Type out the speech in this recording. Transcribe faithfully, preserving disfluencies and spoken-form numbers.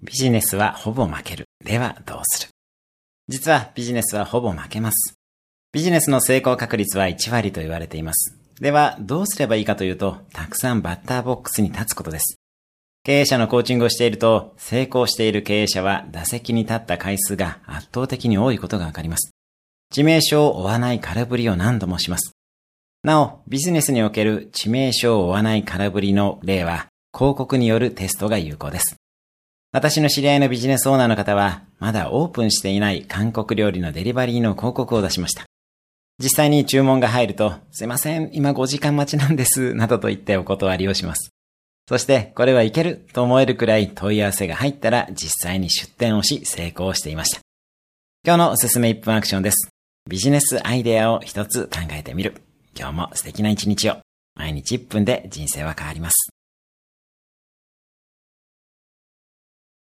ビジネスはほぼ負ける。ではどうする？実はビジネスはほぼ負けます。ビジネスの成功確率はいちわりと言われています。ではどうすればいいかというと、たくさんバッターボックスに立つことです。経営者のコーチングをしていると、成功している経営者は打席に立った回数が圧倒的に多いことがわかります。致命傷を負わない空振りを何度もします。なお、ビジネスにおける致命傷を負わない空振りの例は、広告によるテストが有効です。私の知り合いのビジネスオーナーの方は、まだオープンしていない韓国料理のデリバリーの広告を出しました。実際に注文が入ると、すいません、今ごじかん待ちなんです、などと言ってお断りをします。そして、これはいけると思えるくらい問い合わせが入ったら、実際に出店をし、成功していました。今日のおすすめいっぷんアクションです。ビジネスアイデアを一つ考えてみる。今日も素敵な一日を。毎日いっぷんで人生は変わります。